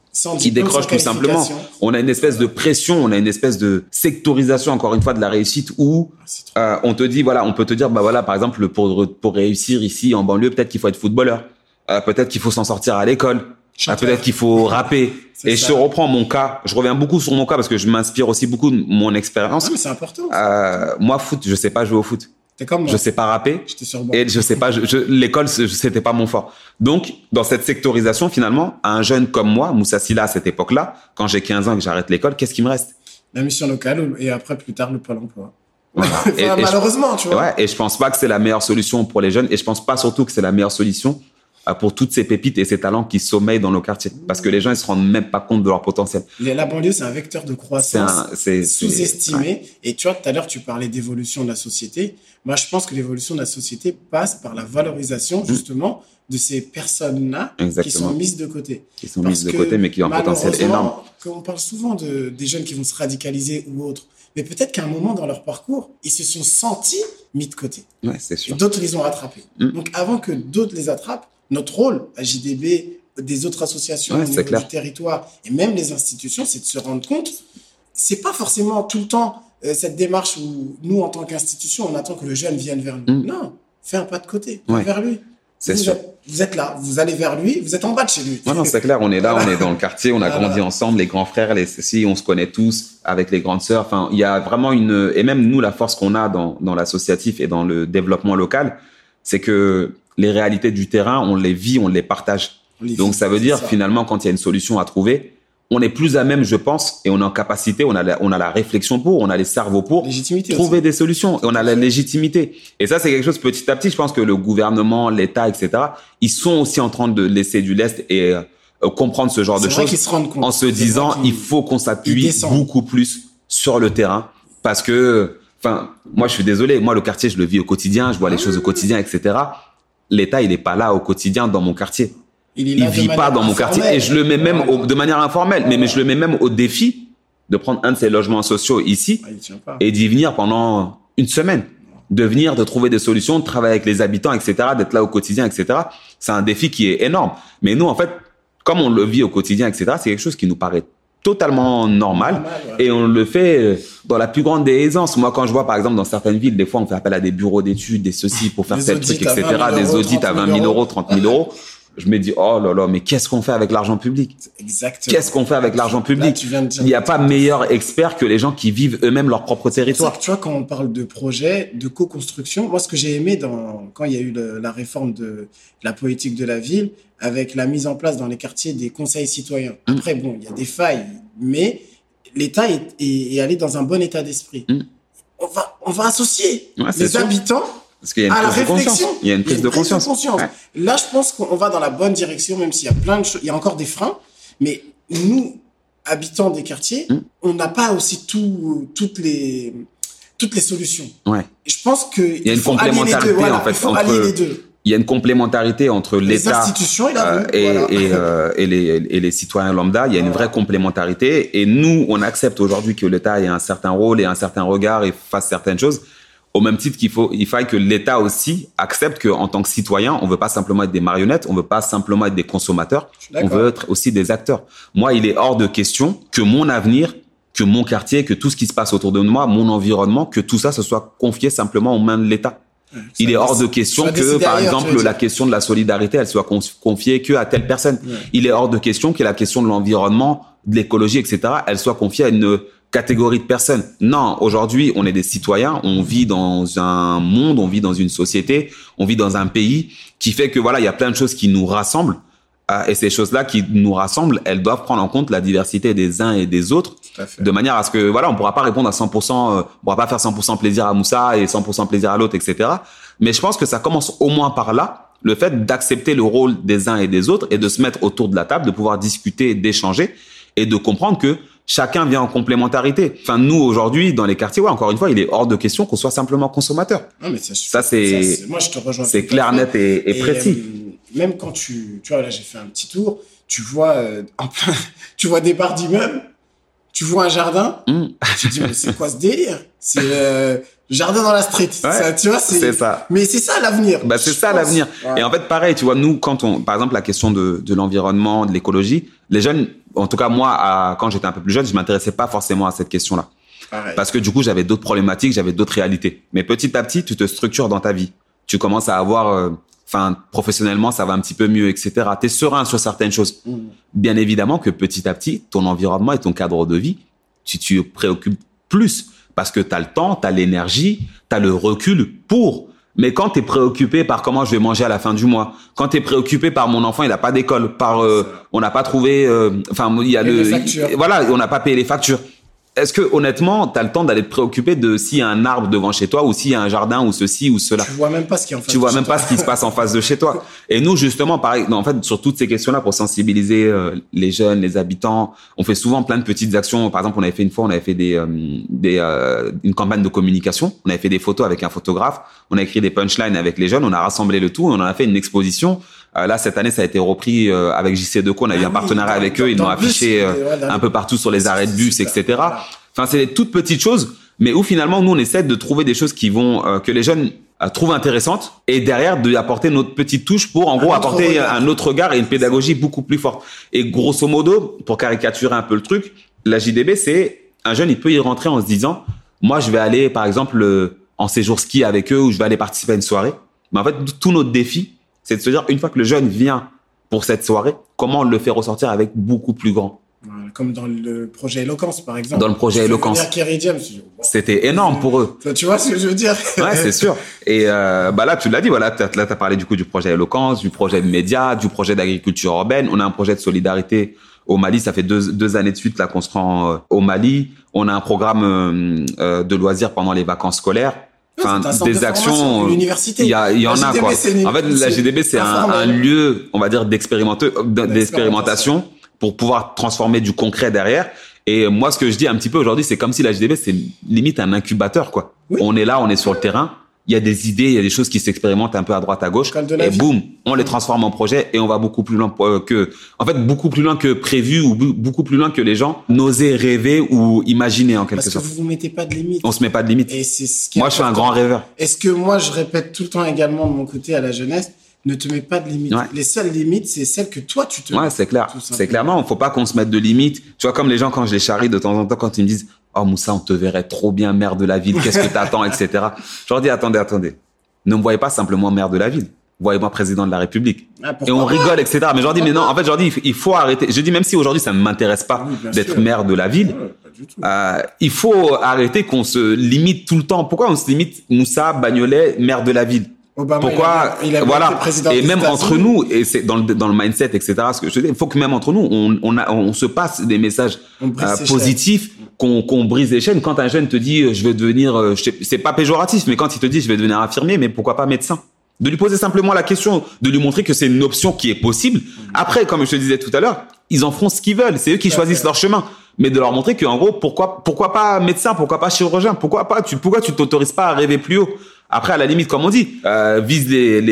qui décrochent tout simplement. On a une espèce de pression, on a une espèce de sectorisation, encore une fois, de la réussite où on te dit, voilà, on peut te dire, bah voilà, par exemple, pour réussir ici en banlieue, peut-être qu'il faut être footballeur, peut-être qu'il faut s'en sortir à l'école, peut-être qu'il faut rapper. Et je reprends mon cas, je reviens beaucoup sur mon cas parce que je m'inspire aussi beaucoup de mon expérience. Ah, mais c'est important. Moi, foot, je sais pas jouer au foot. Comme moi. Je sais pas rapper. J'étais sur le et je sais pas, l'école, c'était pas mon fort. Donc, dans cette sectorisation, finalement, à un jeune comme moi, Moussa Sylla, à cette époque-là, quand j'ai 15 ans et que j'arrête l'école, qu'est-ce qui me reste? La mission locale et après, plus tard, le Pôle emploi. Voilà. Malheureusement, tu vois. Ouais, et je pense pas que c'est la meilleure solution pour les jeunes et je pense pas surtout que c'est la meilleure solution pour toutes ces pépites et ces talents qui sommeillent dans nos quartiers. Parce que les gens, ils se rendent même pas compte de leur potentiel. La banlieue, c'est un vecteur de croissance sous-estimé. Ouais. Et tu vois, tout à l'heure, tu parlais d'évolution de la société. Moi, je pense que l'évolution de la société passe par la valorisation, justement, de ces personnes-là qui sont mises de côté. Qui sont mises de côté, mais qui ont un potentiel énorme. On parle souvent des jeunes qui vont se radicaliser ou autres. Mais peut-être qu'à un moment dans leur parcours, ils se sont sentis mis de côté. Ouais, c'est sûr. D'autres les ont rattrapés. Donc, avant que d'autres les attrapent, notre rôle à JDB, des autres associations au niveau du territoire et même les institutions, c'est de se rendre compte. C'est pas forcément tout le temps cette démarche où nous, en tant qu'institution, on attend que le jeune vienne vers nous. Non, fais un pas de côté, vers lui. C'est sûr. Vous êtes là, vous allez vers lui, vous êtes en bas de chez lui. Non, c'est clair, on est là, on est dans le quartier, on a grandi ensemble, les grands frères, on se connaît tous avec les grandes sœurs. Enfin, il y a vraiment et même nous, la force qu'on a dans l'associatif et dans le développement local, c'est que les réalités du terrain, on les vit, on les partage. Donc, ça veut dire, finalement, quand il y a une solution à trouver, on est plus à même, je pense, et on est en capacité, on a la réflexion on a les cerveaux pour trouver des solutions. Et on a la légitimité. Et ça, c'est quelque chose petit à petit. Je pense que le gouvernement, l'État, etc., ils sont aussi en train de laisser du lest et comprendre ce genre de choses se rendent compte. En se disant, il faut qu'on s'appuie beaucoup plus sur le terrain parce que, moi, je suis désolé. Moi, le quartier, je le vis au quotidien. Je vois les choses au quotidien, etc. L'État, il n'est pas là au quotidien dans mon quartier. Il vit pas dans mon quartier et je le mets même de manière informelle, mais je le mets même au défi de prendre un de ces logements sociaux ici et d'y venir pendant une semaine, de trouver des solutions, de travailler avec les habitants, etc., d'être là au quotidien, etc. C'est un défi qui est énorme. Mais nous, en fait, comme on le vit au quotidien, etc., c'est quelque chose qui nous paraît totalement normal et on le fait dans la plus grande des aisances. Moi, quand je vois, par exemple, dans certaines villes, des fois, on fait appel à des bureaux d'études, des ceci pour faire tel truc, etc., des audits à 20 000 euros, 30 000 euros. Je me dis, oh là là, mais qu'est-ce qu'on fait avec l'argent public? Exactement. Qu'est-ce qu'on fait avec l'argent public? Il n'y a pas meilleur expert que les gens qui vivent eux-mêmes leur propre territoire. Tu vois, quand on parle de projet, de co-construction, moi, ce que j'ai aimé quand il y a eu la réforme de la politique de la ville, avec la mise en place dans les quartiers des conseils citoyens. Après, bon, il y a des failles, mais l'État est allé dans un bon état d'esprit. On va associer les habitants parce qu'il y a une prise de conscience. Il y a une prise de conscience. Ouais. Là, je pense qu'on va dans la bonne direction, même s'il y a plein de choses. Il y a encore des freins, mais nous, habitants des quartiers, on n'a pas aussi toutes les solutions. Ouais. Et je pense que il y a une complémentarité en fait allier les deux. Il y a une complémentarité entre l'État institutions et les citoyens lambda. Il y a une vraie complémentarité. Et nous, on accepte aujourd'hui que l'État ait un certain rôle et un certain regard et fasse certaines choses. Au même titre il faille que l'État aussi accepte qu'en tant que citoyen, on veut pas simplement être des marionnettes, on veut pas simplement être des consommateurs, on veut être aussi des acteurs. Moi, il est hors de question que mon avenir, que mon quartier, que tout ce qui se passe autour de moi, mon environnement, que tout ça se soit confié simplement aux mains de l'État. Il est hors de question que, par exemple, la question de la solidarité, elle soit confiée que à telle personne. Il est hors de question que la question de l'environnement, de l'écologie, etc., elle soit confiée à une catégorie de personnes. Non, aujourd'hui, on est des citoyens, on vit dans un monde, on vit dans une société, on vit dans un pays qui fait que voilà, il y a plein de choses qui nous rassemblent. Et ces choses-là qui nous rassemblent, elles doivent prendre en compte la diversité des uns et des autres, de manière à ce que voilà, on pourra pas répondre à 100%, on pourra pas faire 100% plaisir à Moussa et 100% plaisir à l'autre, etc. Mais je pense que ça commence au moins par là, le fait d'accepter le rôle des uns et des autres et de se mettre autour de la table, de pouvoir discuter, d'échanger et de comprendre que chacun vient en complémentarité. Enfin, nous, aujourd'hui, dans les quartiers, encore une fois, il est hors de question qu'on soit simplement consommateur. Non, mais moi, je te rejoins. C'est clair, net et précis. Même quand tu vois, là, j'ai fait un petit tour, tu vois, tu vois des barres d'immeubles, tu vois un jardin, tu te dis, mais c'est quoi ce délire? C'est, jardin dans la street. Ouais, ça, tu vois, c'est ça. Mais c'est ça l'avenir. Bah, c'est ça l'avenir. Ouais. Et en fait, pareil, tu vois, nous, quand par exemple, la question de l'environnement, de l'écologie, les jeunes, En tout cas, moi, quand j'étais un peu plus jeune, je m'intéressais pas forcément à cette question-là. Pareil. Parce que du coup, j'avais d'autres problématiques, j'avais d'autres réalités. Mais petit à petit, tu te structures dans ta vie. Tu commences à avoir, professionnellement, ça va un petit peu mieux, etc. Tu es serein sur certaines choses. Bien évidemment que petit à petit, ton environnement et ton cadre de vie, tu préoccupes plus parce que tu as le temps, tu as l'énergie, tu as le recul pour. Mais quand tu es préoccupé par comment je vais manger à la fin du mois, quand tu es préoccupé par mon enfant, il n'a pas d'école, par on n'a pas trouvé, il y a voilà, on n'a pas payé les factures. Est-ce que honnêtement, tu as le temps d'aller te préoccuper de s'il y a un arbre devant chez toi ou s'il y a un jardin ou ceci ou cela? Tu vois même pas ce qui est en face. Tu vois même pas ce qui se passe en face de chez toi. Et nous, justement, pareil, en fait, sur toutes ces questions-là, pour sensibiliser les jeunes, les habitants, on fait souvent plein de petites actions. Par exemple, on avait fait une campagne de communication. On avait fait des photos avec un photographe. On a écrit des punchlines avec les jeunes. On a rassemblé le tout. On en a fait une exposition. Là, cette année, ça a été repris avec JC2Co. On a eu un partenariat avec eux. Ils l'ont affiché un peu partout sur les arrêts de bus, etc. Enfin, c'est des toutes petites choses, mais où finalement, nous, on essaie de trouver des choses qui vont que les jeunes trouvent intéressantes et derrière, d'apporter notre petite touche pour, en gros, apporter un autre regard et une pédagogie beaucoup plus forte. Et grosso modo, pour caricaturer un peu le truc, la JDB, c'est un jeune, il peut y rentrer en se disant, moi, je vais aller, par exemple, en séjour ski avec eux ou je vais aller participer à une soirée. Mais en fait, tout notre défi, c'est de se dire, une fois que le jeune vient pour cette soirée, comment on le fait ressortir avec beaucoup plus grand. Comme dans le projet Éloquence, par exemple. Dans le projet Éloquence. C'était énorme pour eux. Tu vois ce que je veux dire? Ouais, c'est sûr. Et là, tu l'as dit, voilà, là, t'as parlé du coup du projet Éloquence, du projet de médias, du projet d'agriculture urbaine. On a un projet de solidarité au Mali. Ça fait deux années de suite là qu'on se rend au Mali. On a un programme de loisirs pendant les vacances scolaires. Enfin, des actions. L'université. Il y en a quoi. En fait, la GDB, c'est un lieu, on va dire, d'expérimentation pour pouvoir transformer du concret derrière. Et moi, ce que je dis un petit peu aujourd'hui, c'est comme si la GDB, c'est limite un incubateur, quoi. Oui. On est là, on est sur le terrain. Il y a des idées, il y a des choses qui s'expérimentent un peu à droite, à gauche. Et boum, on les transforme en projet et on va beaucoup plus loin beaucoup plus loin que prévu ou beaucoup plus loin que les gens n'osaient rêver ou imaginer en quelque sorte. Parce que vous mettez pas de limite. On se met pas de limite. Et c'est ce qui moi, je suis un grand rêveur. Est-ce que moi, je répète tout le temps également de mon côté à la jeunesse, ne te mets pas de limites. Ouais. Les seules limites, c'est celles que toi, tu te mets. Ouais, c'est clair. C'est clairement, faut pas qu'on se mette de limites. Tu vois, comme les gens, quand je les charrie de temps en temps, quand ils me disent, oh, Moussa, on te verrait trop bien maire de la ville. Qu'est-ce que t'attends, etc. Je leur dis, attendez. Ne me voyez pas simplement maire de la ville. Voyez-moi président de la République. Et on rigole, etc. Mais je leur dis, mais non, en fait, je leur dis, il faut arrêter. Je dis, même si aujourd'hui, ça ne m'intéresse pas d'être maire de la ville, il faut arrêter qu'on se limite tout le temps. Pourquoi on se limite Moussa, Bagnolet, maire de la ville? Obama, pourquoi voilà, et même entre nous, et c'est dans le mindset, etc. Ce que je te dis, il faut que même entre nous, on se passe des messages positifs, qu'on brise les chaînes. Quand un jeune te dit, je veux devenir, c'est pas péjoratif, mais quand il te dit, je vais devenir infirmier, mais pourquoi pas médecin? De lui poser simplement la question, de lui montrer que c'est une option qui est possible. Après, comme je te disais tout à l'heure, ils en feront ce qu'ils veulent. C'est eux qui choisissent leur chemin. Mais de leur montrer qu'en gros, pourquoi pas médecin, pourquoi pas chirurgien, pourquoi tu t'autorises pas à rêver plus haut? Après, à la limite, comme on dit, vise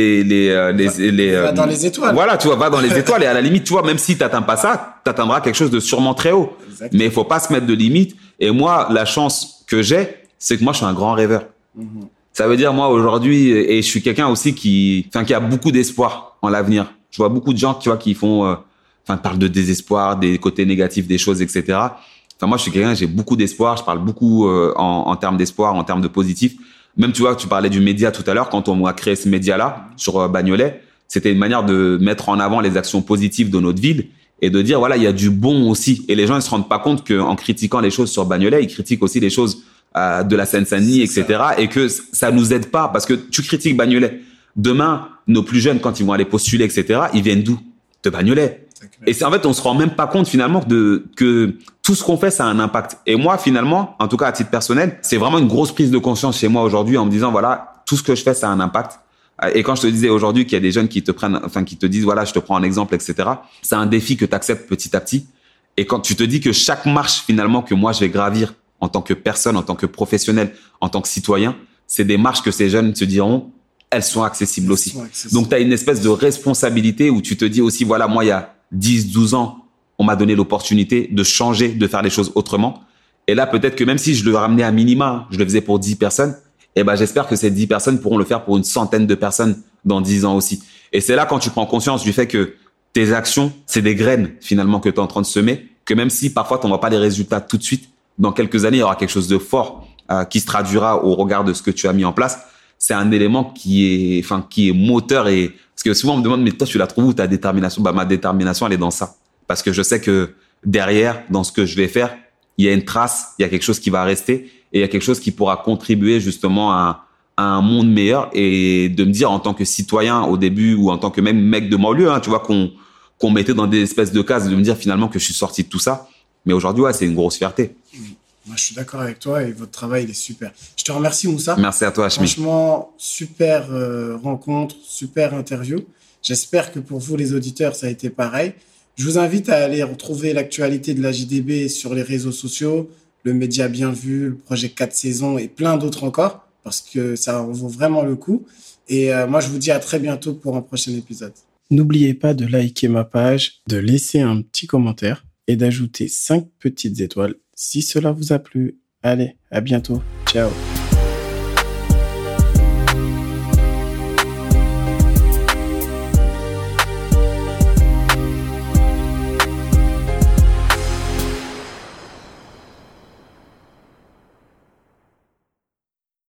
va dans les étoiles. Voilà, tu vois, va dans les étoiles. Et à la limite, tu vois, même si t'atteins pas ça, t'atteindras quelque chose de sûrement très haut. Exactement. Mais il faut pas se mettre de limites. Et moi, la chance que j'ai, c'est que moi, je suis un grand rêveur. Ça veut dire, moi, aujourd'hui, et je suis quelqu'un aussi qui a beaucoup d'espoir en l'avenir. Je vois beaucoup de gens, tu vois, qui parlent de désespoir, des côtés négatifs des choses, etc. Moi, je suis quelqu'un, j'ai beaucoup d'espoir. Je parle beaucoup en termes d'espoir, en termes de positif. Même, tu vois, tu parlais du média tout à l'heure. Quand on a créé ce média-là sur Bagnolet, c'était une manière de mettre en avant les actions positives de notre ville et de dire, voilà, il y a du bon aussi. Et les gens, ils se rendent pas compte qu'en critiquant les choses sur Bagnolet, ils critiquent aussi les choses de la Seine-Saint-Denis, etc. Et que ça nous aide pas parce que tu critiques Bagnolet. Demain, nos plus jeunes, quand ils vont aller postuler, etc., ils viennent d'où? De Bagnolet. Et c'est en fait, on se rend même pas compte finalement que tout ce qu'on fait, ça a un impact. Et moi, finalement, en tout cas à titre personnel, c'est vraiment une grosse prise de conscience chez moi aujourd'hui en me disant, voilà, tout ce que je fais, ça a un impact. Et quand je te disais aujourd'hui qu'il y a des jeunes qui te disent, voilà, je te prends un exemple, etc. C'est un défi que tu acceptes petit à petit. Et quand tu te dis que chaque marche finalement que moi je vais gravir en tant que personne, en tant que professionnel, en tant que citoyen, c'est des marches que ces jeunes se diront, elles sont accessibles aussi. Donc, tu as une espèce de responsabilité où tu te dis aussi, voilà, moi, il y a 10, 12 ans, on m'a donné l'opportunité de changer, de faire les choses autrement. Et là, peut-être que même si je le ramenais à minima, je le faisais pour 10 personnes, j'espère que ces 10 personnes pourront le faire pour une centaine de personnes dans 10 ans aussi. Et c'est là quand tu prends conscience du fait que tes actions, c'est des graines finalement que tu es en train de semer, que même si parfois tu n'en vois pas les résultats tout de suite, dans quelques années, il y aura quelque chose de fort qui se traduira au regard de ce que tu as mis en place. C'est un élément qui est moteur. Et parce que souvent on me demande, mais toi tu la trouves où ta détermination? Ma détermination, elle est dans ça, parce que je sais que derrière, dans ce que je vais faire, il y a une trace, il y a quelque chose qui va rester et il y a quelque chose qui pourra contribuer justement à un monde meilleur. Et de me dire en tant que citoyen au début, ou en tant que même mec de banlieue, tu vois, qu'on mettait dans des espèces de cases, de me dire finalement que je suis sorti de tout ça. Mais aujourd'hui, c'est une grosse fierté. Moi, je suis d'accord avec toi et votre travail, il est super. Je te remercie, Moussa. Merci à toi, Hachmi. Franchement, super rencontre, super interview. J'espère que pour vous, les auditeurs, ça a été pareil. Je vous invite à aller retrouver l'actualité de la JDB sur les réseaux sociaux, le média bien vu, le projet 4 saisons et plein d'autres encore, parce que ça en vaut vraiment le coup. Et moi, je vous dis à très bientôt pour un prochain épisode. N'oubliez pas de liker ma page, de laisser un petit commentaire et d'ajouter 5 petites étoiles si cela vous a plu. Allez, à bientôt. Ciao.